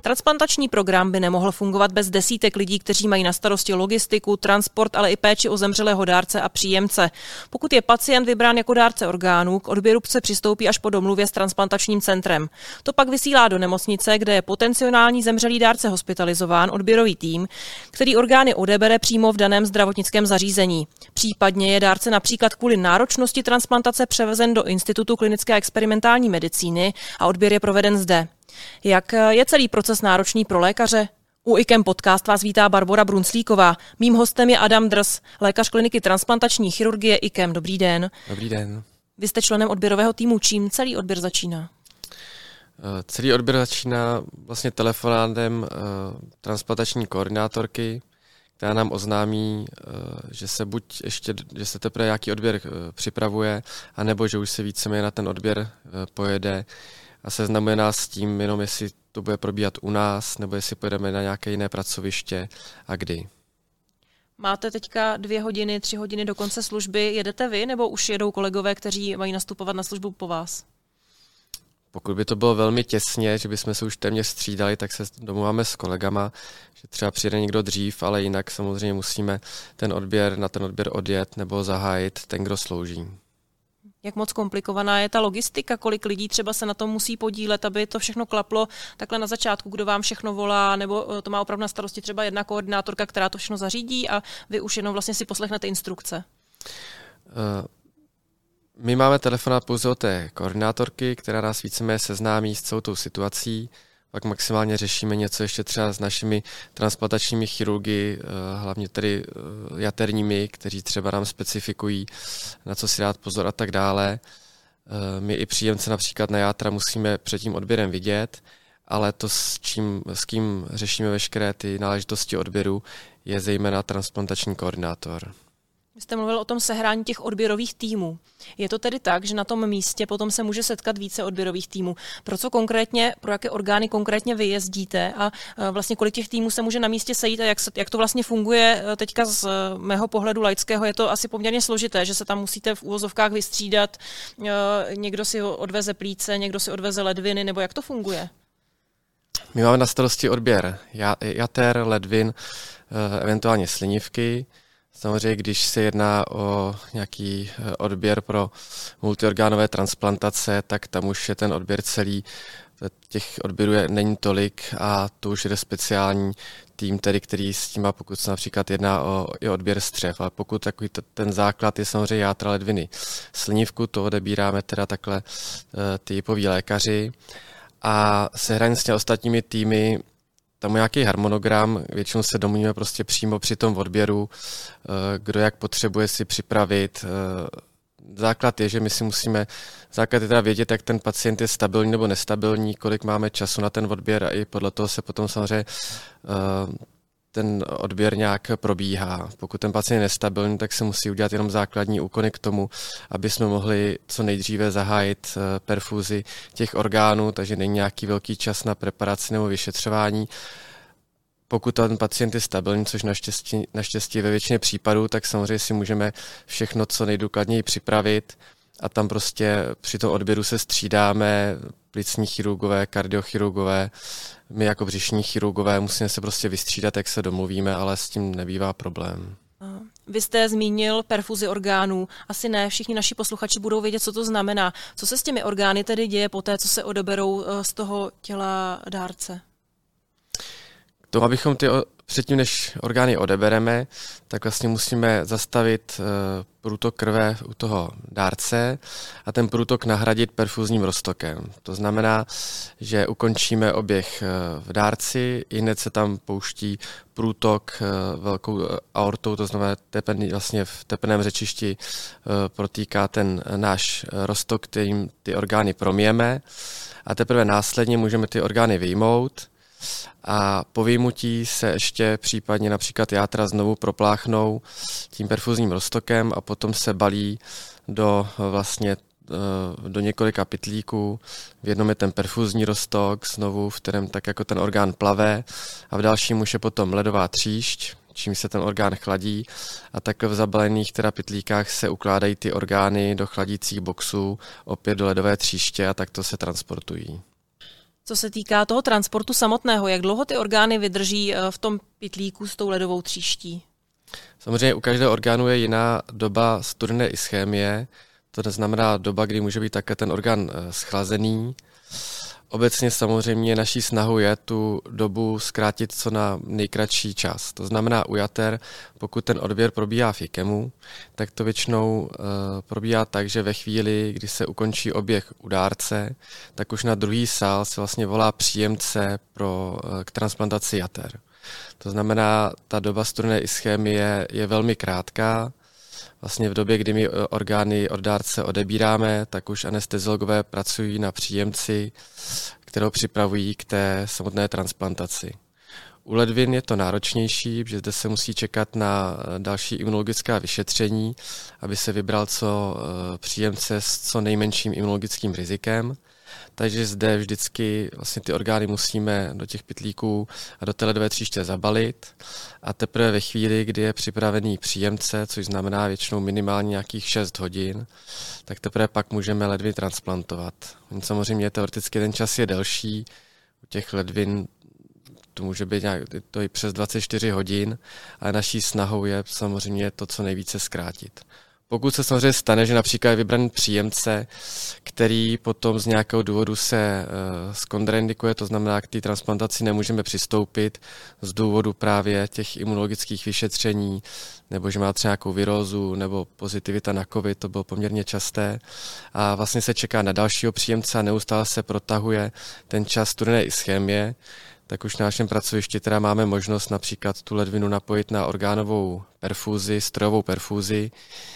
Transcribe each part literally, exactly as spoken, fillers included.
Transplantační program by nemohl fungovat bez desítek lidí, kteří mají na starosti logistiku, transport, ale i péči o zemřelého dárce a příjemce. Pokud je pacient vybrán jako dárce orgánů, k odběru se přistoupí až po domluvě s transplantačním centrem. To pak vysílá do nemocnice, kde je potenciální zemřelý dárce hospitalizován odběrový tým, který orgány odebere přímo v daném zdravotnickém zařízení. Případně je dárce například kvůli náročnosti transplantace převezen do Institutu klinické a experimentální medicíny a odběr je proveden zde. Jak je celý proces náročný pro lékaře? U I K E M podcast vás vítá Barbora Brunslíková. Mým hostem je Adam Drs, lékař kliniky transplantační chirurgie I K E M. Dobrý den. Dobrý den. Vy jste členem odběrového týmu. Čím celý odběr začíná? Celý odběr začíná vlastně telefonátem uh, transplantační koordinátorky, která nám oznámí, uh, že se buď ještě, že se teprve nějaký odběr uh, připravuje, anebo že už se víceméně na ten odběr uh, pojede a seznamuje nás s tím, jenom jestli to bude probíhat u nás, nebo jestli pojedeme na nějaké jiné pracoviště a kdy. Máte teďka dvě hodiny, tři hodiny do konce služby. Jedete vy, nebo už jedou kolegové, kteří mají nastupovat na službu po vás? Pokud by to bylo velmi těsně, že bychom se už téměř střídali, tak se domluváme s kolegama, že třeba přijede někdo dřív, ale jinak samozřejmě musíme ten odběr na ten odběr odjet nebo zahájit ten, kdo slouží. Jak moc komplikovaná je ta logistika? Kolik lidí třeba se na tom musí podílet, aby to všechno klaplo takhle na začátku, kdo vám všechno volá, nebo to má opravdu na starosti třeba jedna koordinátorka, která to všechno zařídí a vy už jenom vlastně si poslechnete instrukce? Uh... My máme telefonát pouze od té koordinátorky, která nás víceméně seznámí s celou tou situací. Pak maximálně řešíme něco ještě třeba s našimi transplantačními chirurgy, hlavně tedy jaterními, kteří třeba nám specifikují, na co si dát pozor a tak dále. My i příjemce například na játra musíme před tím odběrem vidět, ale to, s, čím, s kým řešíme veškeré ty náležitosti odběru, je zejména transplantační koordinátor. Vy jste mluvil o tom sehrání těch odběrových týmů. Je to tedy tak, že na tom místě potom se může setkat více odběrových týmů. Pro co konkrétně, pro jaké orgány konkrétně vy jezdíte a vlastně kolik těch týmů se může na místě sejít a jak, se, jak to vlastně funguje teďka z mého pohledu laického, je to asi poměrně složité, že se tam musíte v úvozovkách vystřídat, někdo si odveze plíce, někdo si odveze ledviny, nebo jak to funguje? My máme na starosti odběr jater, ledvin, eventuálně slinivky. Samozřejmě, když se jedná o nějaký odběr pro multiorgánové transplantace, tak tam už je ten odběr celý, těch odběrů je, není tolik a to už jde speciální tým, tedy, který s tím má, pokud se například jedná o i odběr střev, ale pokud takový t- ten základ je samozřejmě játra, ledviny, slinivku, to odebíráme teda takhle ty jipoví lékaři a sehraní s těmi ostatními týmy. Tam je nějaký harmonogram, většinou se domluvíme prostě přímo při tom odběru, kdo jak potřebuje si připravit. Základ je, že my si musíme, základ je teda vědět, jak ten pacient je stabilní nebo nestabilní, kolik máme času na ten odběr a i podle toho se potom samozřejmě ten odběr nějak probíhá. Pokud ten pacient je nestabilní, tak se musí udělat jenom základní úkony k tomu, aby jsme mohli co nejdříve zahájit perfuzi těch orgánů, takže není nějaký velký čas na preparaci nebo vyšetřování. Pokud ten pacient je stabilní, což naštěstí, naštěstí ve většině případů, tak samozřejmě si můžeme všechno co nejdůkladněji připravit a tam prostě při tom odběru se střídáme, plicní chirurgové, kardiochirurgové, my jako břišní chirurgové musíme se prostě vystřídat, jak se domluvíme, ale s tím nebývá problém. Vy jste zmínil perfuzi orgánů. Asi ne všichni naši posluchači budou vědět, co to znamená. Co se s těmi orgány tedy děje poté, co se odeberou z toho těla dárce? K tomu, abychom ty předtím, než orgány odebereme, tak vlastně musíme zastavit průtok krve u toho dárce a ten průtok nahradit perfuzním roztokem. To znamená, že ukončíme oběh v dárci, i hned se tam pouští průtok velkou aortou, to znamená tepen, vlastně v tepném řečišti protýká ten náš roztok, kterým ty orgány promijeme a teprve následně můžeme ty orgány vyjmout. A po vyjmutí se ještě případně například játra znovu propláchnou tím perfuzním roztokem a potom se balí do vlastně do několika pytlíků. V jednom je ten perfuzní roztok znovu, v kterém tak jako ten orgán plave a v dalším už je potom ledová tříšť, čím se ten orgán chladí a takhle v zabalených teda pytlíkách se ukládají ty orgány do chladících boxů opět do ledové tříště a takto se transportují. Co se týká toho transportu samotného, jak dlouho ty orgány vydrží v tom pytlíku s tou ledovou tříští? Samozřejmě u každého orgánu je jiná doba studené ischémie, to znamená doba, kdy může být také ten orgán schlazený. Obecně samozřejmě naší snahou je tu dobu zkrátit co na nejkratší čas. To znamená u jater, pokud ten odběr probíhá v IKEMu, tak to většinou e, probíhá tak, že ve chvíli, kdy se ukončí oběh u dárce, tak už na druhý sál se vlastně volá příjemce pro, e, k transplantaci jater. To znamená, ta doba studené ischémie je velmi krátká. Vlastně v době, kdy my orgány od dárce odebíráme, tak už anesteziologové pracují na příjemci, kterou připravují k té samotné transplantaci. U ledvin je to náročnější, protože zde se musí čekat na další imunologická vyšetření, aby se vybral co příjemce s co nejmenším imunologickým rizikem. Takže zde vždycky vlastně ty orgány musíme do těch pytlíků a do té ledové tříště zabalit a teprve ve chvíli, kdy je připravený příjemce, což znamená většinou minimálně nějakých šest hodin, tak teprve pak můžeme ledviny transplantovat. Samozřejmě teoreticky ten čas je delší, u těch ledvin to může být nějak, to i přes dvacet čtyři hodin, ale naší snahou je samozřejmě to co nejvíce zkrátit. Pokud se samozřejmě stane, že například je vybraný příjemce, který potom z nějakého důvodu se uh, skontraindikuje, to znamená, k té transplantaci nemůžeme přistoupit z důvodu právě těch imunologických vyšetření, nebo že má třeba nějakou virózu, nebo pozitivita na COVID, to bylo poměrně časté. A vlastně se čeká na dalšího příjemce a neustále se protahuje ten čas studené ischémie, tak už na našem pracovišti teda máme možnost například tu ledvinu napojit na orgánovou perfúzi, strojovou perfúzi,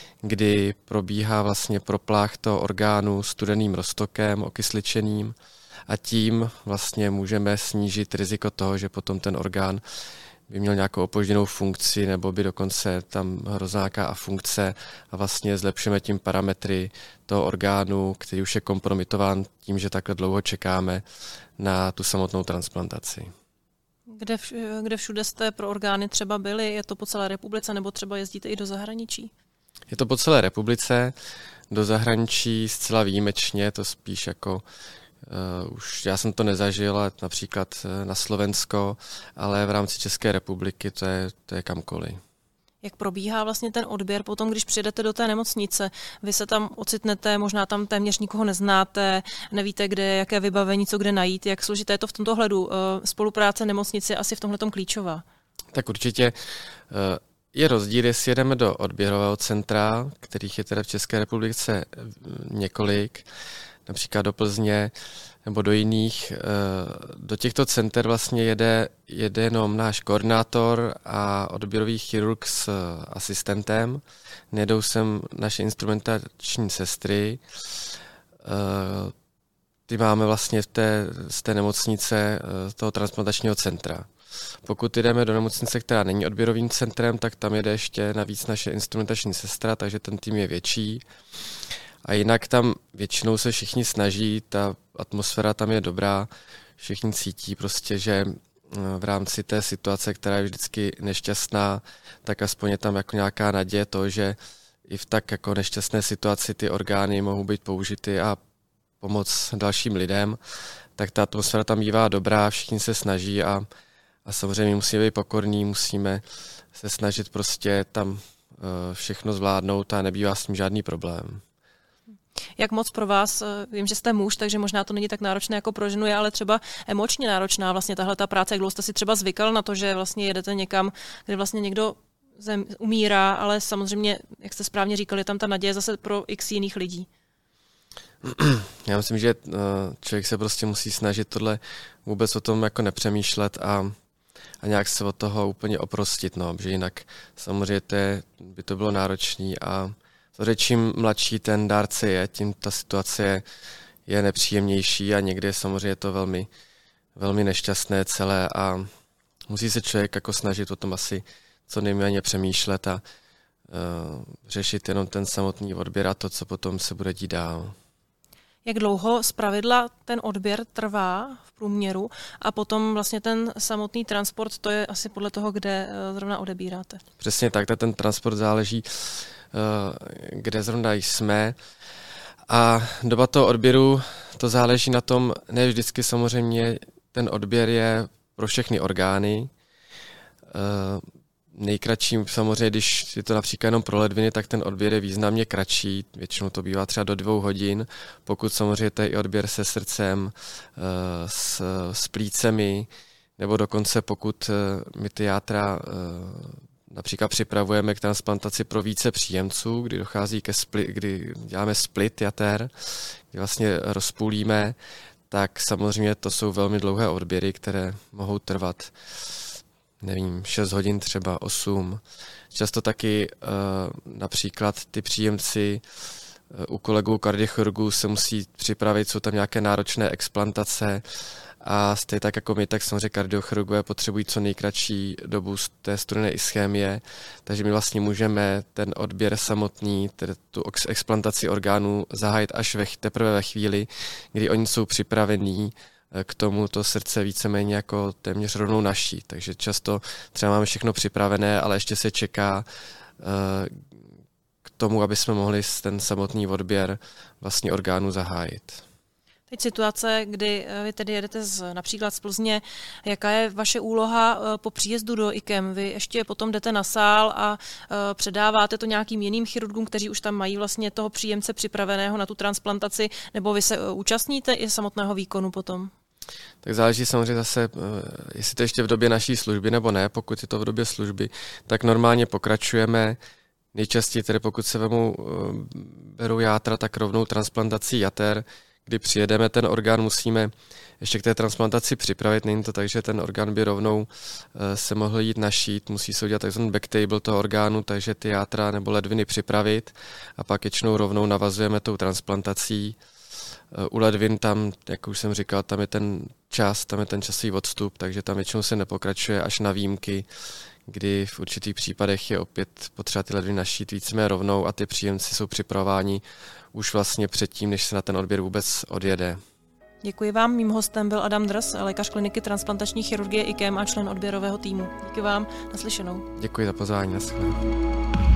kdy probíhá vlastně proplach toho orgánu studeným roztokem, okysličeným a tím vlastně můžeme snížit riziko toho, že potom ten orgán by měl nějakou opožděnou funkci nebo by dokonce tam hrozná nějaká funkce a vlastně zlepšíme tím parametry toho orgánu, který už je kompromitován tím, že takhle dlouho čekáme na tu samotnou transplantaci. Kde, vš- kde všude jste pro orgány třeba byli? Je to po celé republice nebo třeba jezdíte i do zahraničí? Je to po celé republice, do zahraničí zcela výjimečně, to spíš jako, uh, už já jsem to nezažil, ale například na Slovensko, ale v rámci České republiky to je, to je kamkoliv. Jak probíhá vlastně ten odběr potom, když přijedete do té nemocnice? Vy se tam ocitnete, možná tam téměř nikoho neznáte, nevíte, kde, jaké vybavení, co kde najít. Jak složité je to v tomto hledu? Uh, spolupráce nemocnice je asi v tomhletom klíčová. Tak určitě uh, je rozdíl, jestli jedeme do odběrového centra, kterých je teda v České republice několik, například do Plzně nebo do jiných. Do těchto center vlastně jede, jede jenom náš koordinátor a odběrový chirurg s asistentem. Nejedou sem naše instrumentační sestry. Ty máme vlastně v té, z té nemocnice toho transplantačního centra. Pokud jdeme do nemocnice, která není odběrovým centrem, tak tam jede ještě navíc naše instrumentační sestra, takže ten tým je větší. A jinak tam většinou se všichni snaží, ta atmosféra tam je dobrá, všichni cítí prostě, že v rámci té situace, která je vždycky nešťastná, tak aspoň je tam jako nějaká naděje to, že i v tak jako nešťastné situaci ty orgány mohou být použity a pomoct dalším lidem, tak ta atmosféra tam bývá dobrá, všichni se snaží a A samozřejmě musíme být pokorní, musíme se snažit prostě tam všechno zvládnout a nebývá s tím žádný problém. Jak moc pro vás, vím, že jste muž, takže možná to není tak náročné jako pro ženu, ale třeba emočně náročná vlastně tahle ta práce, jak dlouho jste si třeba zvykal na to, že vlastně jedete někam, kde vlastně někdo zem, umírá, ale samozřejmě, jak jste správně říkal, je tam ta naděje zase pro x jiných lidí. Já myslím, že člověk se prostě musí snažit tohle vůbec o tom jako nepřemýšlet a a nějak se od toho úplně oprostit, no, že jinak samozřejmě to je, by to bylo náročný a samozřejmě čím mladší ten dárce je, tím ta situace je, je nepříjemnější a někdy je samozřejmě to velmi, velmi nešťastné celé a musí se člověk jako snažit o tom asi co nejméně přemýšlet a uh, řešit jenom ten samotný odběr a to, co potom se bude dít dál. Jak dlouho zpravidla ten odběr trvá v průměru a potom vlastně ten samotný transport, to je asi podle toho, kde zrovna odebíráte? Přesně tak, ten transport záleží, kde zrovna jsme A doba toho odběru, to záleží na tom, ne vždycky samozřejmě ten odběr je pro všechny orgány. Nejkratším samozřejmě, když je to například jenom pro ledviny, tak ten odběr je významně kratší, většinou to bývá třeba do dvou hodin, pokud samozřejmě to je i odběr se srdcem, s, s plícemi, nebo dokonce pokud my ty játra například připravujeme k transplantaci pro více příjemců, kdy dochází ke spli, kdy děláme split jater, kdy vlastně rozpůlíme, tak samozřejmě to jsou velmi dlouhé odběry, které mohou trvat, nevím, šest hodin, třeba osm. Často taky například ty příjemci u kolegů kardiochirurgů se musí připravit, jsou tam nějaké náročné explantace a stejně tak jako my, tak samozřejmě kardiochirurgové potřebují co nejkratší dobu z té studené ischémie, takže my vlastně můžeme ten odběr samotný, tedy tu explantaci orgánů zahájit až ve, teprve ve chvíli, kdy oni jsou připravení k tomu to srdce víceméně jako téměř rovnou naší. Takže často třeba máme všechno připravené, ale ještě se čeká k tomu, aby jsme mohli ten samotný odběr vlastně orgánů zahájit. Teď situace, kdy vy tedy jedete z, například z Plzně, jaká je vaše úloha po příjezdu do I K E M? Vy ještě potom jdete na sál a předáváte to nějakým jiným chirurgům, kteří už tam mají vlastně toho příjemce připraveného na tu transplantaci, nebo vy se účastníte i samotného výkonu potom? Tak záleží samozřejmě zase, jestli to ještě v době naší služby nebo ne. Pokud je to v době služby, tak normálně pokračujeme. Nejčastěji tedy pokud se vemu, berou játra, tak rovnou transplantací jater, kdy přijedeme, ten orgán musíme ještě k té transplantaci připravit. Není to tak, že ten orgán by rovnou se mohl jít našít, musí se udělat takzvaný backtable toho orgánu, takže ty játra nebo ledviny připravit a pak většinou rovnou navazujeme tou transplantací. U ledvin tam, jak už jsem říkal, tam je ten čas, tam je ten časový odstup, takže tam většinou se nepokračuje až na výjimky, kdy v určitých případech je opět potřeba ty ledviny našít víceméně rovnou a ty příjemci jsou připravováni už vlastně předtím, než se na ten odběr vůbec odjede. Děkuji vám. Mým hostem byl Adam Drs, lékař kliniky transplantační chirurgie I K E M a člen odběrového týmu. Díky vám, naslyšenou. Děkuji za pozvání, nashledanou.